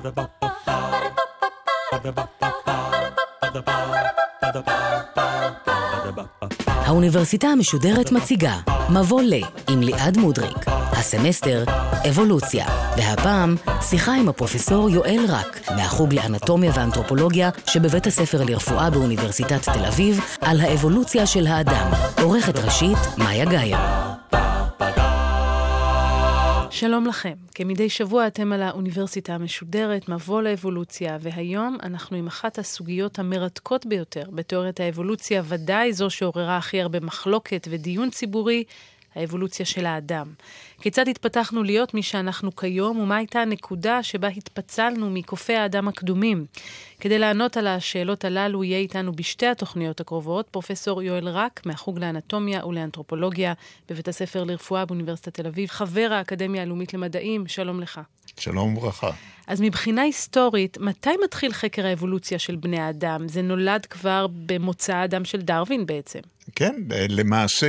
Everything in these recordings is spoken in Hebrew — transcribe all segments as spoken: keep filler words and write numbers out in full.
האוניברסיטה המשודרת מציגה מבוא ל עם ליעד מודריק. הסמסטר אבולוציה, והפעם שיחה עם הפרופסור יואל רק מהחוג לאנטומיה ואנתרופולוגיה שבבית הספר לרפואה באוניברסיטת תל אביב על האבולוציה של האדם. עורכת ראשית מאיה גאייר. שלום לכם. כמדי שבוע אתם על האוניברסיטה המשודרת, מבוא לאבולוציה, והיום אנחנו עם אחת הסוגיות המרתקות ביותר בתיאוריית האבולוציה, ודאי זו שעוררה הכי הרבה מחלוקת ודיון ציבורי, האבולוציה של האדם. כיצד התפתחנו להיות מי שאנחנו כיום, ומה הייתה הנקודה שבה התפצלנו מקופי האדם הקדומים? כדי לענות על השאלות הללו יהיה איתנו בשתי התוכניות הקרובות, פרופסור יואל רק מהחוג לאנטומיה ולאנתרופולוגיה בבית הספר לרפואה באוניברסיטת תל אביב, חבר האקדמיה הלאומית למדעים, שלום לך. שלום וברכה. אז מבחינה היסטורית, מתי מתחיל חקר האבולוציה של בני האדם? זה נולד כבר במוצא האדם של דרווין בעצם. כן, למעשה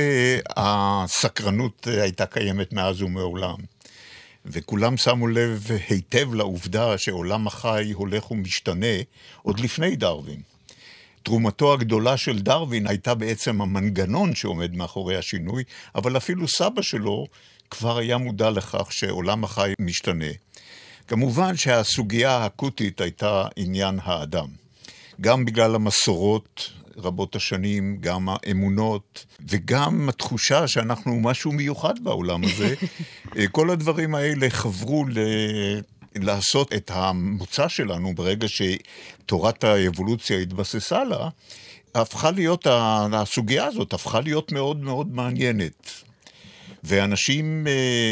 הסקרנות הייתה קיימת מאז ומעולם. וכולם שמו לב היטב לעובדה שעולם החי הולך ומשתנה עוד לפני דרווין. תרומתו הגדולה של דרווין הייתה בעצם המנגנון שעומד מאחורי השינוי, אבל אפילו סבא שלו כבר היה מודע לכך שעולם החי משתנה. כמובן שהסוגיה האקוטית הייתה עניין האדם. גם בגלל המסורות רבות השנים, גם האמונות, וגם התחושה שאנחנו משהו מיוחד בעולם הזה. כל הדברים האלה חברו ל... לעשות את המוצא שלנו ברגע שתורת האבולוציה התבססה לה, הפכה להיות, הסוגיה הזאת הפכה להיות מאוד מאוד מעניינת. ואנשים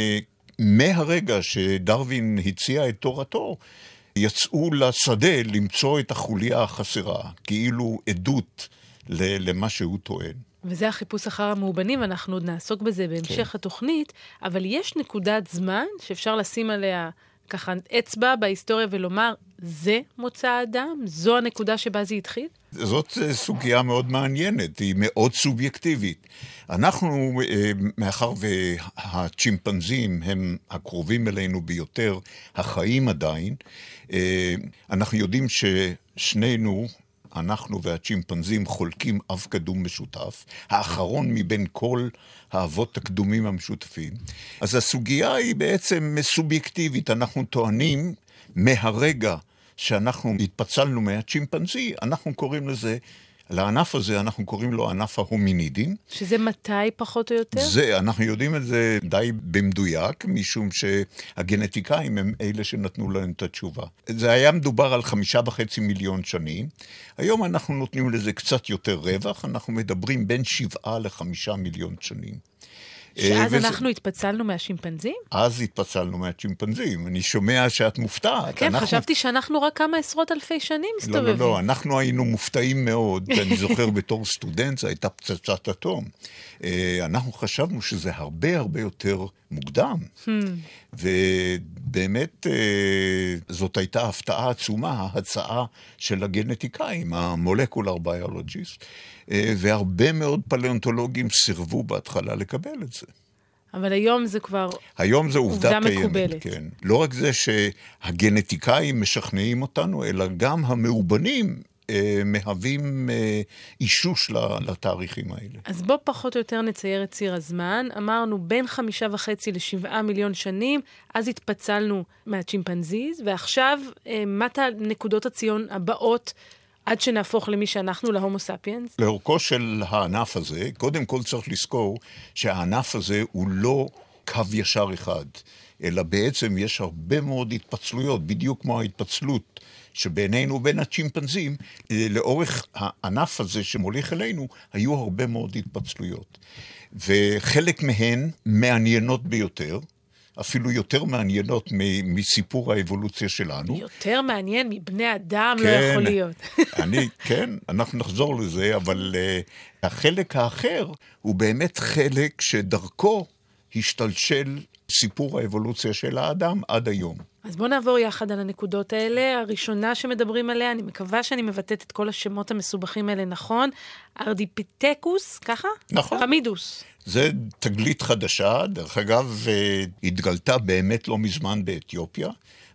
מהרגע שדרווין הציע את תורתו, יצאו לשדה למצוא את החוליה החסרה, כאילו עדות למה שהוא טוען. וזה החיפוש אחר המאובנים, ואנחנו עוד נעסוק בזה בהמשך כן. התוכנית, אבל יש נקודת זמן שאפשר לשים עליה ככה אצבע בהיסטוריה ולומר, זה מוצא האדם? זו הנקודה שבה זה התחיל? זאת סוגיה מאוד מעניינת, היא מאוד סובייקטיבית. אנחנו, מאחר והצ'ימפנזים הם הקרובים אלינו ביותר, החיים עדיין, אנחנו יודעים ששנינו, אנחנו והצ'ימפנזים חולקים אב קדום משותף, האחרון מבין כל האבות הקדומים המשותפים. אז הסוגיה היא בעצם סובייקטיבית, אנחנו טוענים מהרגע שאנחנו התפצלנו מהצ'ימפנזי, אנחנו קוראים לזה, לענף הזה אנחנו קוראים לו ענף ההומינידים. שזה מתי פחות או יותר? זה, אנחנו יודעים את זה די במדויק, משום שהגנטיקאים הם אלה שנתנו להם את התשובה. זה היה מדובר על חמישה וחצי מיליון שנים. היום אנחנו נותנים לזה קצת יותר רווח, אנחנו מדברים בין שבעה לחמישה מיליון שנים. שאז וזה... אנחנו התפצלנו מהשימפנזים? אז התפצלנו מהשימפנזים. אני שומע שאת מופתעת. כן, אנחנו... חשבתי שאנחנו רק כמה עשרות אלפי שנים מסתובבים. לא, לא, לא, אנחנו היינו מופתעים מאוד. אני זוכר בתור סטודנט, זה הייתה פצצת אטום. אנחנו חשבנו שזה הרבה הרבה יותר מוקדם. ובאמת זאת הייתה הפתעה עצומה, ההצעה של הגנטיקאים, המולקולר ביולוגיסט, והרבה מאוד פלאונטולוגים סירבו בהתחלה לקבל את זה. אבל היום זה כבר היום זה עובדה, עובדה קיימת, מקובלת. כן. לא רק זה שהגנטיקאים משכנעים אותנו, אלא גם המאובנים אה, מהווים אה, אישוש לתאריכים האלה. אז בוא פחות או יותר נצייר את ציר הזמן. אמרנו בין חמישה וחצי לשבעה מיליון שנים, אז התפצלנו מהצ'ימפנזיז, ועכשיו אה, מתה נקודות הציון הבאות עד שנהפוך למי שאנחנו, להומו ספיאנס? לאורכו של הענף הזה, קודם כל צריך לזכור שהענף הזה הוא לא קו ישר אחד, אלא בעצם יש הרבה מאוד התפצלויות, בדיוק כמו ההתפצלות שבינינו ובין הצ'ימפנזים, לאורך הענף הזה שמוליך אלינו, היו הרבה מאוד התפצלויות. וחלק מהן מעניינות ביותר, אפילו יותר מעניינות מסיפור האבולוציה שלנו. יותר מעניין מבני אדם כן, לא יכול להיות. אני, כן, אנחנו נחזור לזה, אבל uh, החלק האחר הוא באמת חלק שדרכו השתלשל סיפור האבולוציה של האדם עד היום. אז בואו נעבור יחד על הנקודות האלה. הראשונה שמדברים עליה, אני מקווה שאני מבטאת את כל השמות המסובכים האלה נכון, ארדיפיתקוס, ככה? נכון. חמידוס. זה תגלית חדשה, דרך אגב, התגלתה באמת לא מזמן באתיופיה,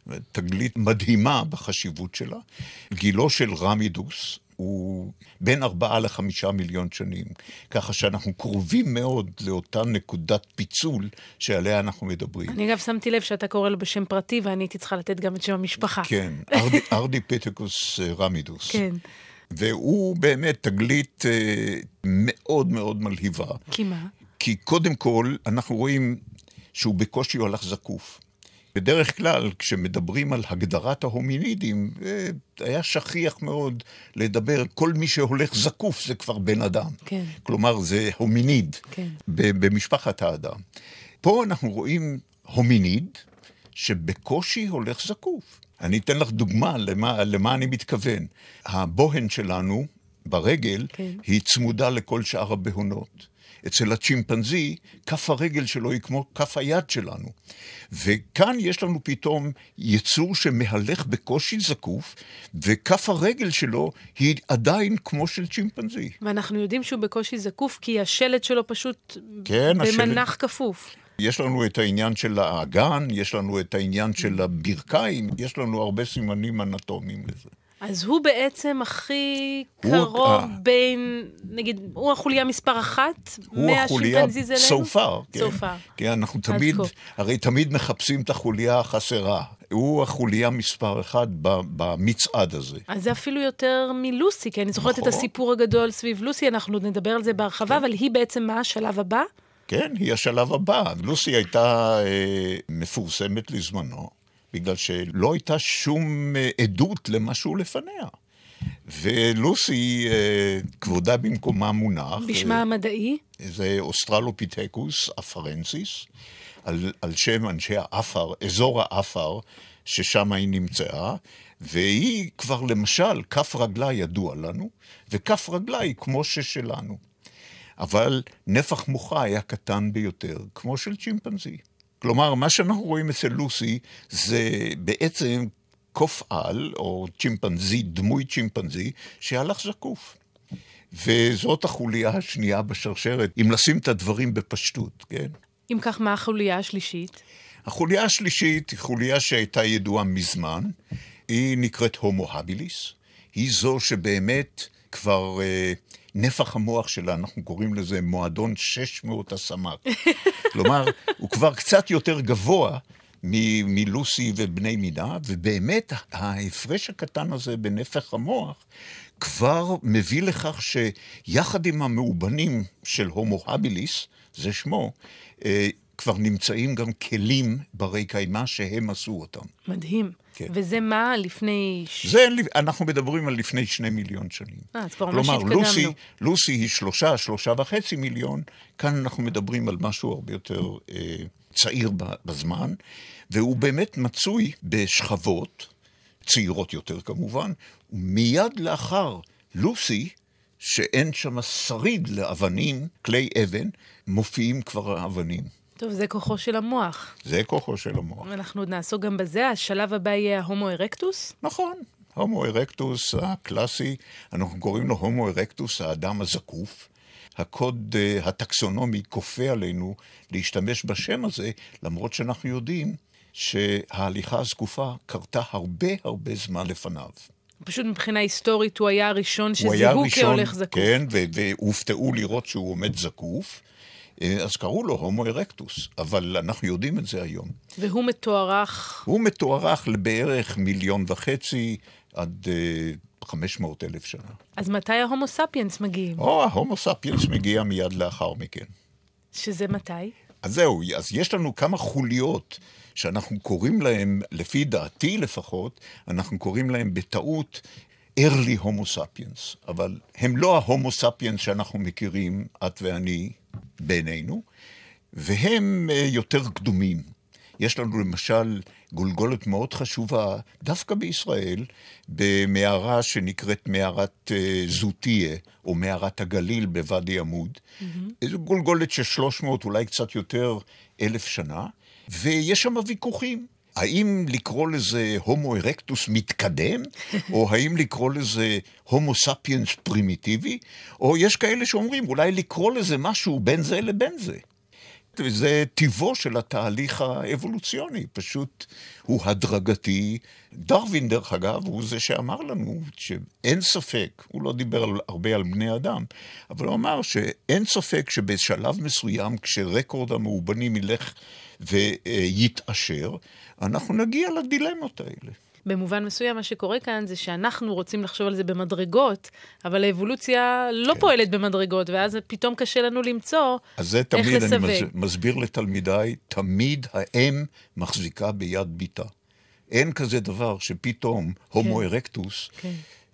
תגלית מדהימה בחשיבות שלה. גילו של רמידוס הוא בין ארבעה לחמישה מיליון שנים, ככה שאנחנו קרובים מאוד לאותה נקודת פיצול שעליה אנחנו מדברים. אני אגב שמתי לב שאתה קורא לו בשם פרטי, ואני הייתי צריכה לתת גם את שם המשפחה. כן, ארדי, ארדיפיתקוס רמידוס. כן. והוא באמת תגלית אה, מאוד מאוד מלהיבה. כי מה? כי קודם כל אנחנו רואים שהוא בקושי הולך זקוף. בדרך כלל, כשמדברים על הגדרת ההומינידים, היה שכיח מאוד לדבר, כל מי שהולך זקוף זה כבר בן אדם. כן. כלומר, זה הומיניד כן. במשפחת האדם. פה אנחנו רואים הומיניד שבקושי הולך זקוף. אני אתן לך דוגמה למה, למה אני מתכוון. הבוהן שלנו ברגל כן. היא צמודה לכל שאר הבהונות. אצל הצ'ימפנזי, כף הרגל שלו היא כמו כף היד שלנו. וכאן יש לנו פתאום יצור שמהלך בקושי זקוף, וכף הרגל שלו היא עדיין כמו של צ'ימפנזי. ואנחנו יודעים שהוא בקושי זקוף, כי השלט שלו פשוט כן, במנח השלט... כפוף. יש לנו את העניין של האגן, יש לנו את העניין של הברכיים, יש לנו הרבה סימנים אנטומיים לזה. אז הוא בעצם הכי קרוב הוא, בין, נגיד, הוא החוליה מספר אחת, הוא החוליה אלינו? so far, כן. so far. כי אנחנו תמיד, הרי תמיד מחפשים את החוליה החסרה. הוא החוליה מספר אחד במצעד הזה. אז זה אפילו יותר מלוסי, כי אני זוכרת נכון. את הסיפור הגדול סביב לוסי, אנחנו נדבר על זה בהרחבה, כן. אבל היא בעצם מה השלב הבא? כן, היא השלב הבא. לוסי הייתה אה, מפורסמת לזמנו, בגלל שלא הייתה שום עדות למשהו לפניה. ולוסי, כבודה במקומה מונח. בשמה המדעי? זה אוסטרלופיתקוס אפרנסיס, על, על שם אנשי האפר, אזור האפר, ששם היא נמצאה, והיא כבר למשל, כף רגלה ידוע לנו, וכף רגלה היא כמו ששלנו. אבל נפח מוחה היה קטן ביותר, כמו של צ'ימפנזי. כלומר, מה שאנחנו רואים אצל לוסי זה בעצם קוף על, או צ'ימפנזי, דמוי צ'ימפנזי, שהלך זקוף. וזאת החוליה השנייה בשרשרת, אם לשים את הדברים בפשטות, כן? אם כך, מה החוליה השלישית? החוליה השלישית היא חוליה שהייתה ידועה מזמן, היא נקראת הומו הביליס, היא זו שבאמת כבר... נפח המוח שלה, אנחנו קוראים לזה מועדון שש מאות הסמ"ק. כלומר, הוא כבר קצת יותר גבוה מ- מלוסי ובני מינה, ובאמת ההפרש הקטן הזה בנפח המוח כבר מביא לכך שיחד עם המאובנים של הומו הביליס, זה שמו, כבר נמצאים גם כלים ברי קיימא שהם עשו אותם. מדהים. כן. וזה מה לפני... זה, אנחנו מדברים על לפני שני מיליון שנים. אה, אז כבר ממש התקדמנו. לוסי, לוסי היא שלושה, שלושה וחצי מיליון, כאן אנחנו מדברים על משהו הרבה יותר אה, צעיר בזמן, והוא באמת מצוי בשכבות, צעירות יותר כמובן, ומיד לאחר לוסי, שאין שם שריד לאבנים, כלי אבן, מופיעים כבר האבנים. טוב, זה כוחו של המוח. זה כוחו של המוח. אנחנו עוד נעסוק גם בזה, השלב הבא יהיה ההומו ארקטוס? נכון, הומו ארקטוס הקלאסי, אנחנו קוראים לו הומו ארקטוס, האדם הזקוף. הקוד uh, הטקסונומי כופה עלינו להשתמש בשם הזה, למרות שאנחנו יודעים שההליכה הזקופה קרתה הרבה הרבה זמן לפניו. פשוט מבחינה היסטורית הוא היה הראשון שזיהו כהולך זקוף. כן, והופתעו לראות שהוא עומד זקוף. אז קראו לו הומו ארקטוס, אבל אנחנו יודעים את זה היום. והוא מתוארך? הוא מתוארך לבערך מיליון וחצי עד חמש מאות אלף שנה. אז מתי ההומו ספיאנס מגיעים? או, ההומו ספיאנס מגיע מיד לאחר מכן. שזה מתי? אז זהו, אז יש לנו כמה חוליות שאנחנו קוראים להם, לפי דעתי לפחות, אנחנו קוראים להם בטעות early homo sapiens, אבל הם לא ההומו ספיאנס שאנחנו מכירים, את ואני, בינינו, והם יותר קדומים. יש לנו למשל גולגולת מאוד חשובה, דווקא בישראל, במערה שנקראת מערת זוטיה, או מערת הגליל בוואדי עמוד. Mm-hmm. זו גולגולת של שלוש מאות, אולי קצת יותר, אלף שנה, ויש שם ויכוחים. האם לקרוא לזה הומו ארקטוס מתקדם, או האם לקרוא לזה הומו ספיאנס פרימיטיבי, או יש כאלה שאומרים, אולי לקרוא לזה משהו בין זה לבין זה. וזה טבעו של התהליך האבולוציוני, פשוט הוא הדרגתי. דרווין, דרך אגב, הוא זה שאמר לנו שאין ספק, הוא לא דיבר הרבה על בני אדם, אבל הוא אמר שאין ספק שבשלב מסוים, כשרקורד המאובנים ילך ויתאשר, אנחנו נגיע לדילמות האלה. במובן מסוים מה שקורה כאן זה שאנחנו רוצים לחשוב על זה במדרגות, אבל האבולוציה לא כן. פועלת במדרגות, ואז פתאום קשה לנו למצוא איך לסווג. אז זה תמיד אני מסביר לתלמידיי, תמיד האם מחזיקה ביד ביתה. אין כזה דבר שפתאום כן. הומו ארקטוס כן.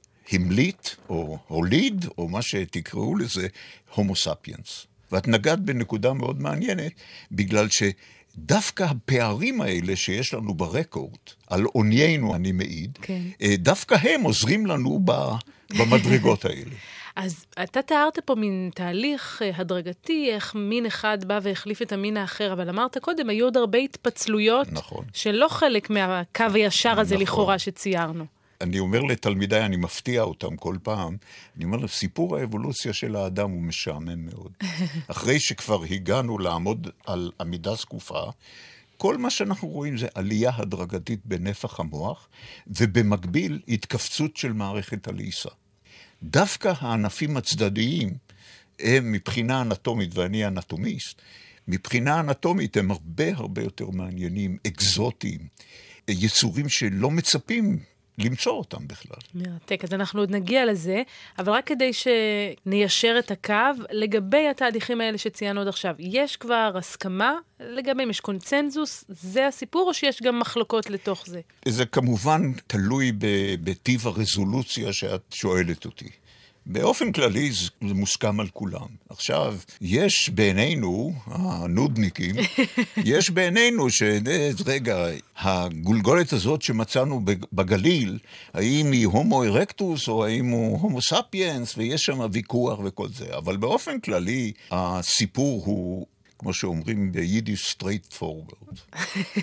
המליט או הוליד, או מה שתקראו לזה, הומו ספיאנס. ואת נגעת בנקודה מאוד מעניינת, בגלל ש... דווקא הפערים האלה שיש לנו ברקורד, על עוניינו אני מעיד, כן. דווקא הם עוזרים לנו במדרגות האלה. אז אתה תיארת פה מין תהליך הדרגתי, איך מין אחד בא והחליף את המין האחר, אבל אמרת קודם, היו עוד הרבה התפצלויות, נכון. שלא חלק מהקו הישר הזה נכון. לכאורה שציירנו. אני אומר לתלמידיי, אני מפתיע אותם כל פעם, אני אומר, סיפור האבולוציה של האדם הוא משעמם מאוד. אחרי שכבר הגענו לעמוד על עמידה זקופה, כל מה שאנחנו רואים זה עלייה הדרגתית בנפח המוח, ובמקביל התכווצות של מערכת הלעיסה. דווקא הענפים הצדדיים, הם מבחינה אנטומית, ואני אנטומיסט, מבחינה אנטומית הם הרבה הרבה יותר מעניינים, אקזוטיים, יצורים שלא מצפים, למצוא אותם בכלל. מרתק, אז אנחנו עוד נגיע לזה, אבל רק כדי שניישר את הקו, לגבי התהליכים האלה שציינו עוד עכשיו, יש כבר הסכמה לגבי, יש קונצנזוס, זה הסיפור, או שיש גם מחלוקות לתוך זה? זה כמובן תלוי בטיב הרזולוציה שאת שואלת אותי. באופן כללי זה מוסכם על כולם. עכשיו, יש בעינינו, הנודניקים, יש בעינינו שרגע, הגולגולת הזאת שמצאנו בגליל, האם היא הומו ארקטוס או האם הוא הומו ספיאנס, ויש שם ויכוח וכל זה. אבל באופן כללי, הסיפור הוא, כמו שאומרים ביידיש, straight forward.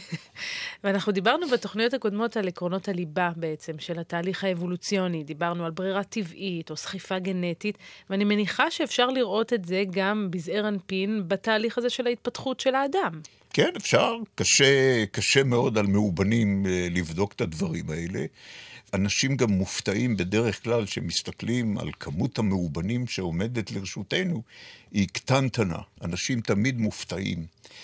ואנחנו דיברנו בתוכניות הקודמות על עקרונות הליבה בעצם של התהליך האבולוציוני. דיברנו על ברירה טבעית או סחיפה גנטית, ואני מניחה שאפשר לראות את זה גם בזעיר אנפין בתהליך הזה של ההתפתחות של האדם. כן, אפשר. קשה, קשה מאוד על מאובנים לבדוק את הדברים האלה. אנשים גם מופתעים בדרך כלל שמסתכלים על כמות המאובנים שעומדת לרשותנו, היא קטנטנה. אנשים תמיד מופתעים.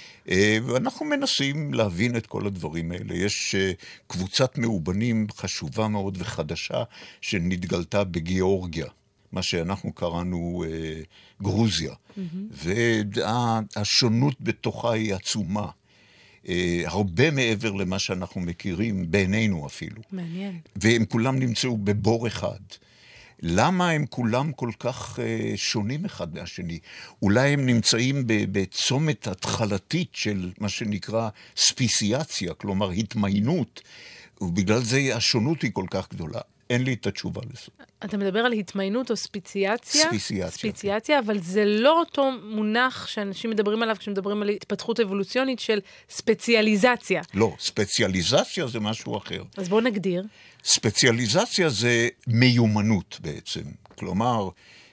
ואנחנו מנסים להבין את כל הדברים האלה. יש קבוצת מאובנים חשובה מאוד וחדשה שנתגלתה בגיאורגיה, מה שאנחנו קראנו גרוזיה. Mm-hmm. והשונות בתוכה היא עצומה. הרבה מעבר למה שאנחנו מכירים, בעינינו אפילו. מעניין. והם כולם נמצאו בבור אחד. למה הם כולם כל כך שונים אחד מהשני? אולי הם נמצאים בצומת התחלתית של מה שנקרא ספיסיאציה, כלומר התמיינות, ובגלל זה השונות היא כל כך גדולה. אין לי את התשובה לזה. אתה מדבר על התמיינות או ספיציאציה? ספיציאציה. ספיציאציה, אבל זה לא אותו מונח שאנשים מדברים עליו כשמדברים על התפתחות אבולוציונית של ספציאליזציה. לא, ספציאליזציה זה משהו אחר. אז בואו נגדיר. ספציאליזציה זה מיומנות בעצם. כלומר,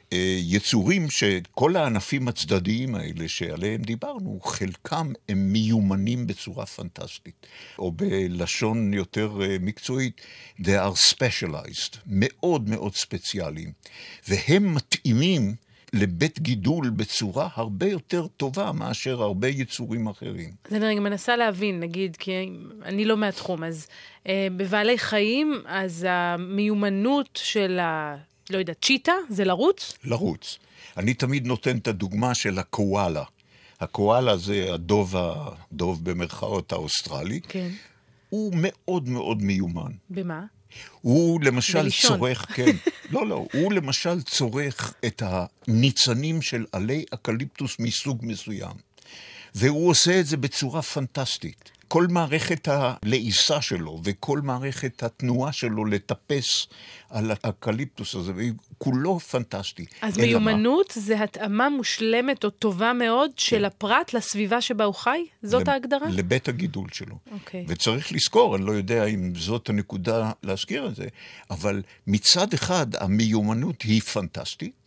יצורים שכל הענפים הצדדיים האלה שעליהם דיברנו, חלקם הם מיומנים בצורה פנטסטית. או בלשון יותר מקצועית, they are specialized, מאוד מאוד ספציאליים. והם מתאימים לבית גידול בצורה הרבה יותר טובה מאשר הרבה יצורים אחרים. אז אני רגע מנסה להבין, נגיד, כי אני לא מהתחום, אז אה, בבעלי חיים, אז המיומנות של ה... לא יודע, צ'יטה? זה לרוץ? לרוץ. אני תמיד נותן את הדוגמה של הקואלה. הקואלה זה הדוב, הדוב במרכאות האוסטרלי. כן. הוא מאוד מאוד מיומן. במה? הוא למשל צורך, כן, לא, לא, הוא למשל צורך את הניצנים של עלי אקליפטוס מסוג מסוים. והוא עושה את זה בצורה פנטסטית. כל מערכת הלעיסה שלו וכל מערכת התנועה שלו לטפס על האקליפטוס הזה, כולו פנטסטי. אז מיומנות זה התאמה מושלמת או טובה מאוד של הפרט לסביבה שבה הוא חי? זאת ההגדרה? לבית הגידול שלו. וצריך לזכור, אני לא יודע אם זאת הנקודה להזכיר את זה, אבל מצד אחד המיומנות היא פנטסטית,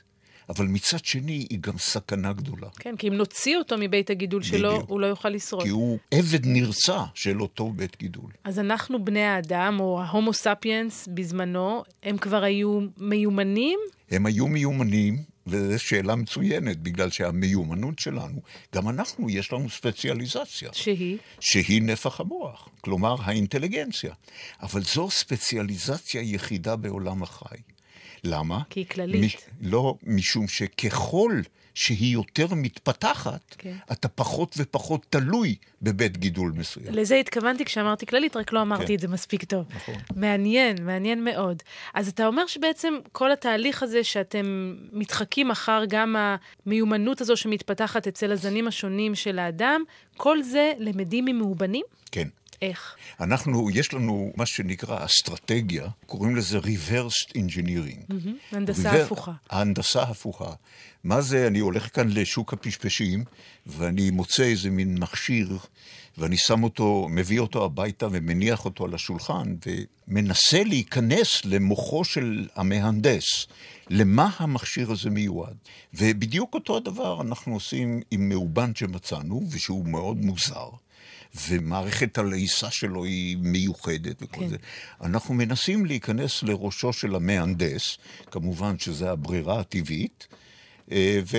אבל מצד שני היא גם סכנה גדולה. כן, כי אם נוציא אותו מבית הגידול שלו, בדיוק. הוא לא יוכל לשרוד. כי הוא עבד נרצע של אותו בית גידול. אז אנחנו בני האדם, או ההומו ספיאנס בזמנו, הם כבר היו מיומנים? הם היו מיומנים, וזו שאלה מצוינת, בגלל שהמיומנות שלנו, גם אנחנו, יש לנו ספציאליזציה. שהיא? שהיא נפח המוח, כלומר האינטליגנציה. אבל זו ספציאליזציה יחידה בעולם החי. למה? כי היא כללית. מ- לא, משום שככל שהיא יותר מתפתחת, כן. אתה פחות ופחות תלוי בבית גידול מסוים. לזה התכוונתי כשאמרתי כללית, רק לא אמרתי כן. את זה מספיק טוב. נכון. מעניין, מעניין מאוד. אז אתה אומר שבעצם כל התהליך הזה שאתם מתחקים אחר גם המיומנות הזו שמתפתחת אצל הזנים השונים של האדם, כל זה למדים ממאובנים? כן. איך? אנחנו, יש לנו מה שנקרא אסטרטגיה, קוראים לזה reversed engineering. Mm-hmm. הנדסה Rever... הפוכה. ההנדסה הפוכה. מה זה? אני הולך כאן לשוק הפשפשים, ואני מוצא איזה מין מכשיר, ואני שם אותו, מביא אותו הביתה ומניח אותו על השולחן, ומנסה להיכנס למוחו של המהנדס, למה המכשיר הזה מיועד. ובדיוק אותו הדבר אנחנו עושים עם מאובן שמצאנו, ושהוא מאוד מוזר. ומערכת הלעיסה שלו היא מיוחדת וכל כן. זה. אנחנו מנסים להיכנס לראשו של המהנדס, כמובן שזה הברירה הטבעית, ו...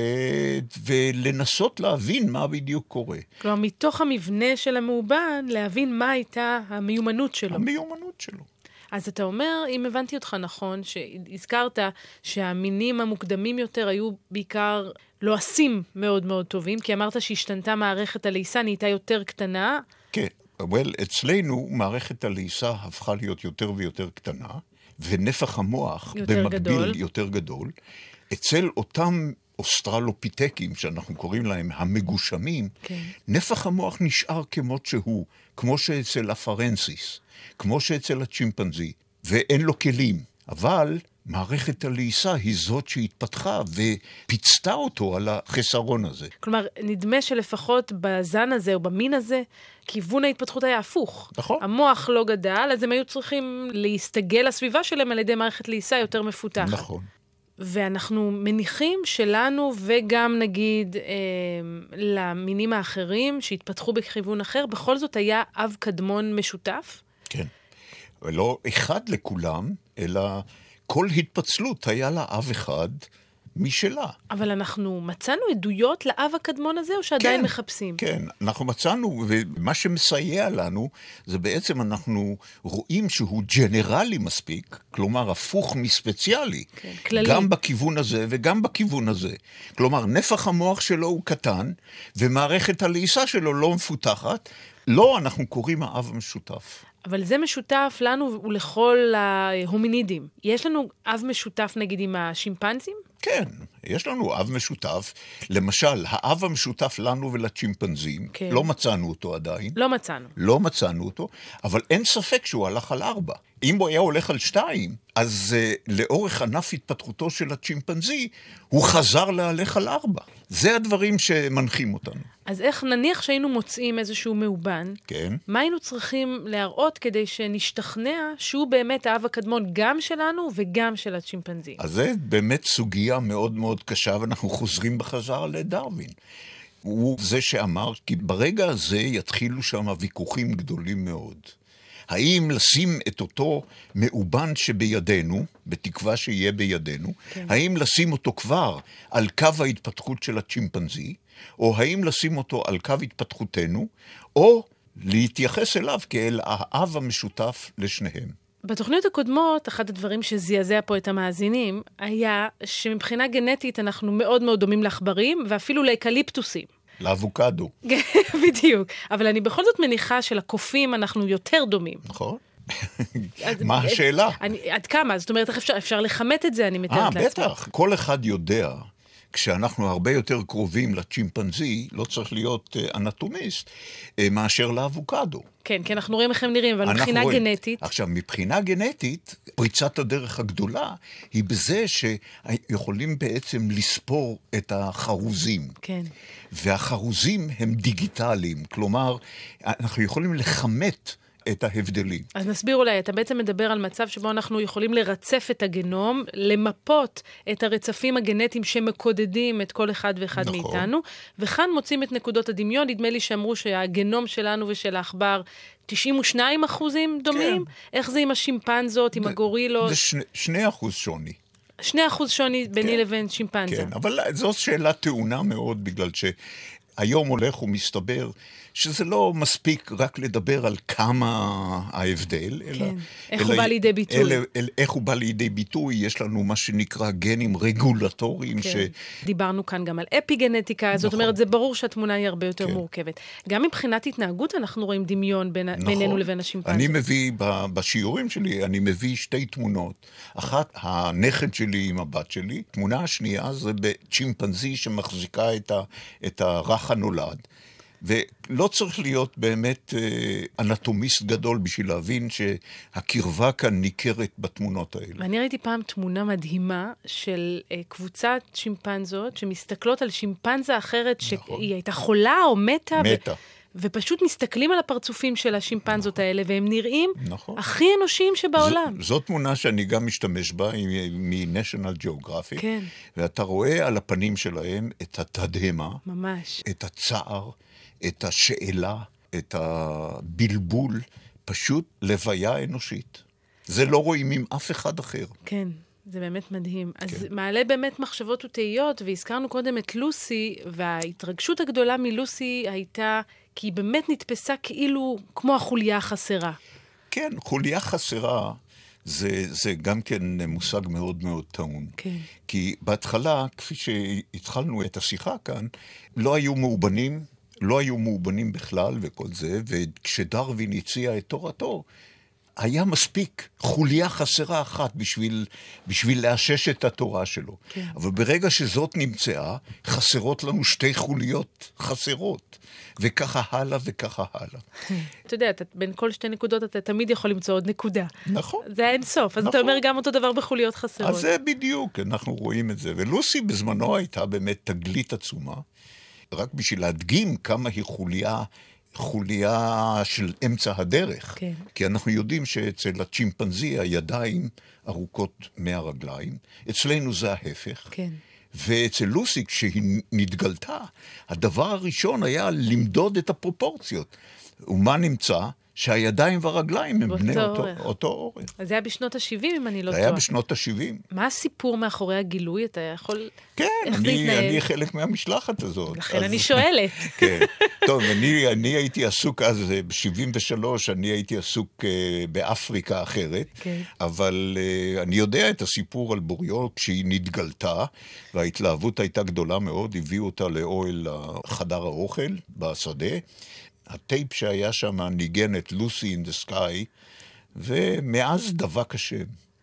ולנסות להבין מה בדיוק קורה. כלומר, מתוך המבנה של המאובן, להבין מה הייתה המיומנות שלו. המיומנות שלו. אז אתה אומר, אם הבנתי אותך נכון, שהזכרת שהמינים המוקדמים יותר היו בעיקר לועסים מאוד מאוד טובים, כי אמרת שהשתנתה מערכת הלעיסה, נהייתה יותר קטנה. כן, אבל אצלנו מערכת הלעיסה הפכה להיות יותר ויותר קטנה, ונפח המוח במקביל גדול. יותר גדול. אצל אותם אוסטרלופיטקים, שאנחנו קוראים להם המגושמים, כן. נפח המוח נשאר כמות שהוא, כמו שאצל הפרנסיס, כמו שאצל הצ'ימפנזי, ואין לו כלים. אבל מערכת הלעיסה היא זאת שהתפתחה ופיצתה אותו על החסרון הזה. כלומר, נדמה שלפחות בזן הזה או במין הזה, כיוון ההתפתחות היה הפוך. נכון. המוח לא גדל, אז הם היו צריכים להסתגל לסביבה שלהם על ידי מערכת לעיסה יותר מפותחת. נכון. ואנחנו מניחים שלנו וגם נגיד אה, למינים האחרים שהתפתחו בכיוון אחר, בכל זאת היה אב קדמון משותף? כן. ולא אחד לכולם, אלא כל התפצלות היה לה אב אחד משלה. אבל אנחנו מצאנו עדויות לאב הקדמון הזה, או שעדיין כן, מחפשים? כן, אנחנו מצאנו, ומה שמסייע לנו, זה בעצם אנחנו רואים שהוא ג'נרלי מספיק, כלומר הפוך מספציאלי, כן, כללי. גם בכיוון הזה וגם בכיוון הזה. כלומר, נפח המוח שלו הוא קטן, ומערכת הלעיסה שלו לא מפותחת. לא, אנחנו קוראים האב המשותף. אבל זה משותף לנו ולכל ההומינידים. יש לנו אב משותף נגיד עם השימפנזים? כן, יש לנו אב משותף. למשל, האב המשותף לנו ולצ'ימפנזים, כן. לא מצאנו אותו עדיין. לא מצאנו. לא מצאנו אותו, אבל אין ספק שהוא הלך על ארבע. אם הוא היה הולך על שתיים, אז uh, לאורך ענף התפתחותו של הצ'ימפנזי, הוא חזר להלך על ארבע. זה הדברים שמנחים אותנו. אז איך נניח שהיינו מוצאים איזשהו מאובן, כן. מה היינו צריכים להראות כדי שנשתכנע שהוא באמת האב הקדמון גם שלנו וגם של הצ'ימפנזי? אז זה באמת סוגיה מאוד מאוד קשה, ואנחנו חוזרים בחזרה לדרווין. הוא זה שאמר, כי ברגע הזה יתחילו שם ויכוחים גדולים מאוד. האם לשים את אותו מאובן שבידינו, בתקווה שיהיה בידינו, כן. האם לשים אותו כבר על קו ההתפתחות של הצ'ימפנזי, או האם לשים אותו על קו התפתחותנו, או להתייחס אליו כאל האב המשותף לשניהם. בתוכניות הקודמות, אחד הדברים שזעזע פה את המאזינים, היה שמבחינה גנטית אנחנו מאוד מאוד דומים לעכברים, ואפילו לאקליפטוסים. לאבוקדו. בדיוק. אבל אני בכל זאת מניחה שלקופים אנחנו יותר דומים. נכון. מה השאלה? אני, עד כמה? זאת אומרת, איך אפשר, אפשר לחמת את זה, אני מתארת לעצמי. אה, בטח. כל אחד יודע, כשאנחנו הרבה יותר קרובים לצ'ימפנזי, לא צריך להיות אנטומיסט, מאשר לאבוקדו. כן, כי אנחנו רואים איך הם נראים, אבל מבחינה רואים. גנטית... עכשיו, מבחינה גנטית, פריצת הדרך הגדולה היא בזה שיכולים בעצם לספור את החרוזים. כן. והחרוזים הם דיגיטליים, כלומר, אנחנו יכולים לחמת את ההבדלים. אז נסביר אולי, אתה בעצם מדבר על מצב שבו אנחנו יכולים לרצף את הגנום, למפות את הרצפים הגנטיים שמקודדים את כל אחד ואחד נכון. מאיתנו, וכאן מוצאים את נקודות הדמיון. נדמה לי שאמרו שהגנום שלנו ושל האחבר תשעים ושניים אחוזים דומים. כן. איך זה עם השימפנזות, עם הגורילות? זה שני, שני אחוז שוני. שני אחוז שוני ביני כן. לבין שימפנזה. כן, אבל זו שאלה טעונה מאוד, בגלל שהיום הולך ומסתבר שזה לא מספיק רק לדבר על כמה ההבדל, כן. אלא... איך אלא, הוא בא לידי ביטוי. אלא, אלא, איך הוא בא לידי ביטוי, יש לנו מה שנקרא גנים רגולטוריים. כן. ש... דיברנו כאן גם על אפיגנטיקה, נכון. זאת אומרת, זה ברור שהתמונה היא הרבה יותר כן. מורכבת. גם מבחינת התנהגות אנחנו רואים דמיון בין, נכון. בינינו לבין השימפנזות. אני מביא, בשיעורים שלי, אני מביא שתי תמונות. אחת, הנכד שלי עם הבת שלי, תמונה השנייה זה בצ'ימפנזי שמחזיקה את, ה, את הרך הנולד. ולא צריך להיות באמת אנטומיסט גדול בשביל להבין שהקרבה כאן ניכרת בתמונות האלה. ואני ראיתי פעם תמונה מדהימה של קבוצת שימפנזות שמסתכלות על שימפנזה אחרת נכון. שהיא הייתה חולה או מתה. מתה. ו... ופשוט מסתכלים על הפרצופים של השימפנזות נכון. האלה, והם נראים נכון. הכי אנושיים שבעולם. ז, זו תמונה שאני גם משתמש בה מ-National Geographic. כן. ואתה רואה על הפנים שלהם את התדהמה. ממש. את הצער. את השאלה, את הבלבול, פשוט לוויה אנושית. זה לא רואים עם אף אחד אחר. כן, זה באמת מדהים. כן. אז מעלה באמת מחשבות ותהיות, והזכרנו קודם את לוסי, וההתרגשות הגדולה מלוסי הייתה, כי היא באמת נתפסה כאילו כמו החוליה החסרה. כן, חוליה חסרה, זה, זה גם כן מושג מאוד מאוד טעון. כן. כי בהתחלה, כפי שהתחלנו את השיחה כאן, לא היו מאובנים, לא היו מאובנים בכלל וכל זה, וכשדרווין הציע את תורתו, היה מספיק חוליה חסרה אחת בשביל, בשביל לאשש את התורה שלו. כן. אבל ברגע שזאת נמצאה, חסרות לנו שתי חוליות חסרות. וככה הלאה וככה הלאה. אתה יודע, אתה, בין כל שתי נקודות אתה תמיד יכול למצוא עוד נקודה. נכון. זה אין סוף. אז נכון. אתה אומר גם אותו דבר בחוליות חסרות. אז זה בדיוק, אנחנו רואים את זה. ולוסי בזמנו הייתה באמת תגלית עצומה, רק בשביל להדגים כמה היא חוליה, חוליה של אמצע הדרך. כן. כי אנחנו יודעים שאצל הצ'ימפנזי הידיים ארוכות מהרגליים, אצלנו זה ההפך. כן. ואצל לוסי, כשהיא נתגלתה, הדבר הראשון היה למדוד את הפרופורציות. ומה נמצא? שהידיים והרגליים הם בני אותו, אותו אורך. אז זה היה בשנות ה-שבעים, אם אני לא טועה. זה היה בשנות ה-שבעים. מה הסיפור מאחורי הגילוי? אתה יכול... כן, אני, אני חלק מהמשלחת הזאת. לכן אז... אני שואלת. כן. טוב, אני, אני הייתי עסוק אז, ב-שבעים ושלוש, אני הייתי עסוק uh, באפריקה אחרת, כן. אבל uh, אני יודע את הסיפור על בוריו, כשהיא נתגלתה, וההתלהבות הייתה גדולה מאוד, הביאו אותה לאוהל חדר האוכל בשדה, הטייפ שהיה שם ניגן את לוסי in the sky, ומאז דבק השם.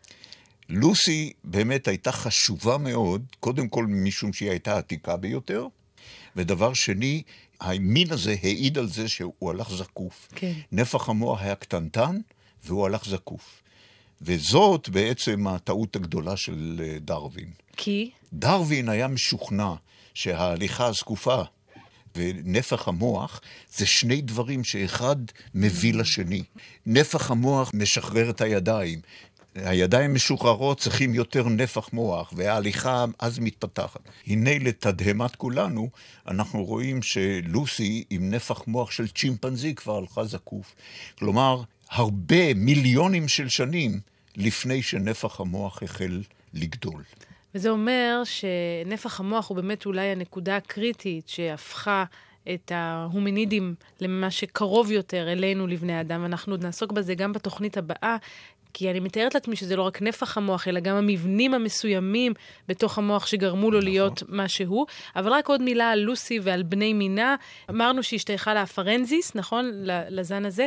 לוסי באמת הייתה חשובה מאוד, קודם כל משום שהיא הייתה עתיקה ביותר, ודבר שני, המין הזה העיד על זה שהוא הלך זקוף. כן. נפח המוח היה קטנטן, והוא הלך זקוף. וזאת בעצם הטעות הגדולה של דרווין. כי? דרווין היה משוכנע שההליכה הזקופה, ונפח המוח זה שני דברים שאחד מביא לשני. נפח המוח משחרר את הידיים. הידיים משוחררות צריכים יותר נפח מוח, וההליכה אז מתפתחת. הנה לתדהמת כולנו, אנחנו רואים שלוסי עם נפח מוח של צ'ימפנזי כבר הלכה זקוף. כלומר, הרבה מיליונים של שנים לפני שנפח המוח החל לגדול. וזה אומר שנפח המוח הוא באמת אולי הנקודה הקריטית שהפכה את ההומנידים למה שקרוב יותר אלינו לבני אדם. אנחנו עוד נעסוק בזה גם בתוכנית הבאה, כי אני מתארת לעצמי שזה לא רק נפח המוח, אלא גם המבנים המסוימים בתוך המוח שגרמו לו נכון. להיות מה שהוא. אבל רק עוד מילה על לוסי ועל בני מינה. אמרנו שהשתייכה לאפרנזיס, נכון? לזן הזה.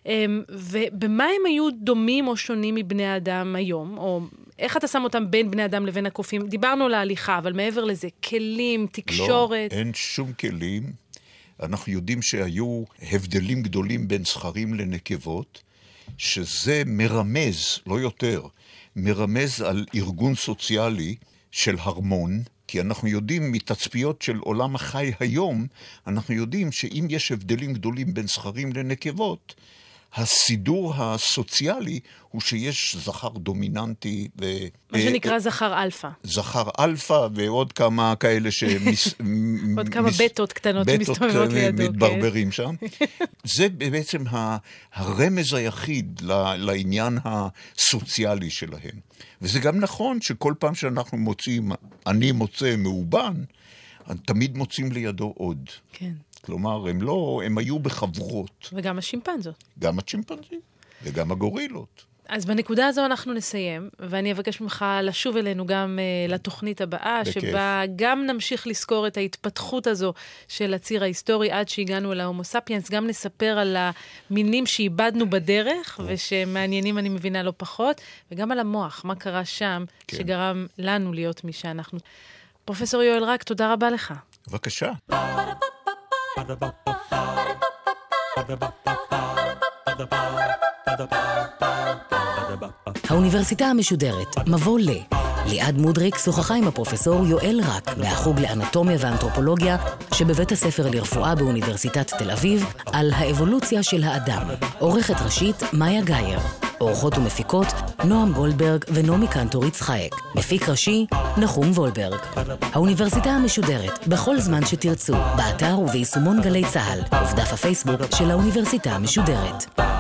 ובמה הם היו דומים או שונים מבני האדם היום? או איך אתה שם אותם בין בני אדם לבין הקופים? דיברנו על ההליכה, אבל מעבר לזה, כלים, תקשורת. לא, אין שום כלים. אנחנו יודעים שהיו הבדלים גדולים בין זכרים לנקבות, שזה מרמז, לא יותר, מרמז על ארגון סוציאלי של הרמון, כי אנחנו יודעים מתצפיות של עולם החי היום, אנחנו יודעים שאם יש הבדלים גדולים בין זכרים לנקבות, הסידור הסוציאלי הוא שיש זכר דומיננטי. ו... מה שנקרא זכר אלפא. זכר אלפא ועוד כמה כאלה שמס... עוד כמה בטות קטנות שמסתובבות לידו. בטות מתברברים שם. זה בעצם הרמז היחיד לעניין הסוציאלי שלהם. וזה גם נכון שכל פעם שאנחנו מוצאים, אני מוצא מאובן, תמיד מוצאים לידו עוד. כן. כלומר, הם לא, הם היו בחברות. וגם השימפנזות. גם השימפנזים, וגם הגורילות. אז בנקודה הזו אנחנו נסיים, ואני אבקש ממך לשוב אלינו גם uh, לתוכנית הבאה, בכיף. שבה גם נמשיך לזכור את ההתפתחות הזו של הציר ההיסטורי, עד שהגענו אל ההומו ספיאנס, גם נספר על המינים שאיבדנו בדרך, טוב. ושמעניינים אני מבינה לא פחות, וגם על המוח, מה קרה שם, כן. שגרם לנו להיות מי שאנחנו. פרופסור יואל רק, תודה רבה לך. בבקשה. האוניברסיטה המשודרת, מבוא ל. ליעד מודריק שוחחה עם הפרופסור יואל רק מהחוג לאנטומיה ואנתרופולוגיה שבבית הספר לרפואה באוניברסיטת תל אביב על האבולוציה של האדם. עורכת ראשית מאיה גייר. עורכות ומפיקות נועם גולדברג ונעמי קנטור יצחק. מפיק ראשי נחום וולברג. האוניברסיטה המשודרת בכל זמן שתרצו, באתר וביישומון גלי צהל, ובדף הפייסבוק של האוניברסיטה המשודרת.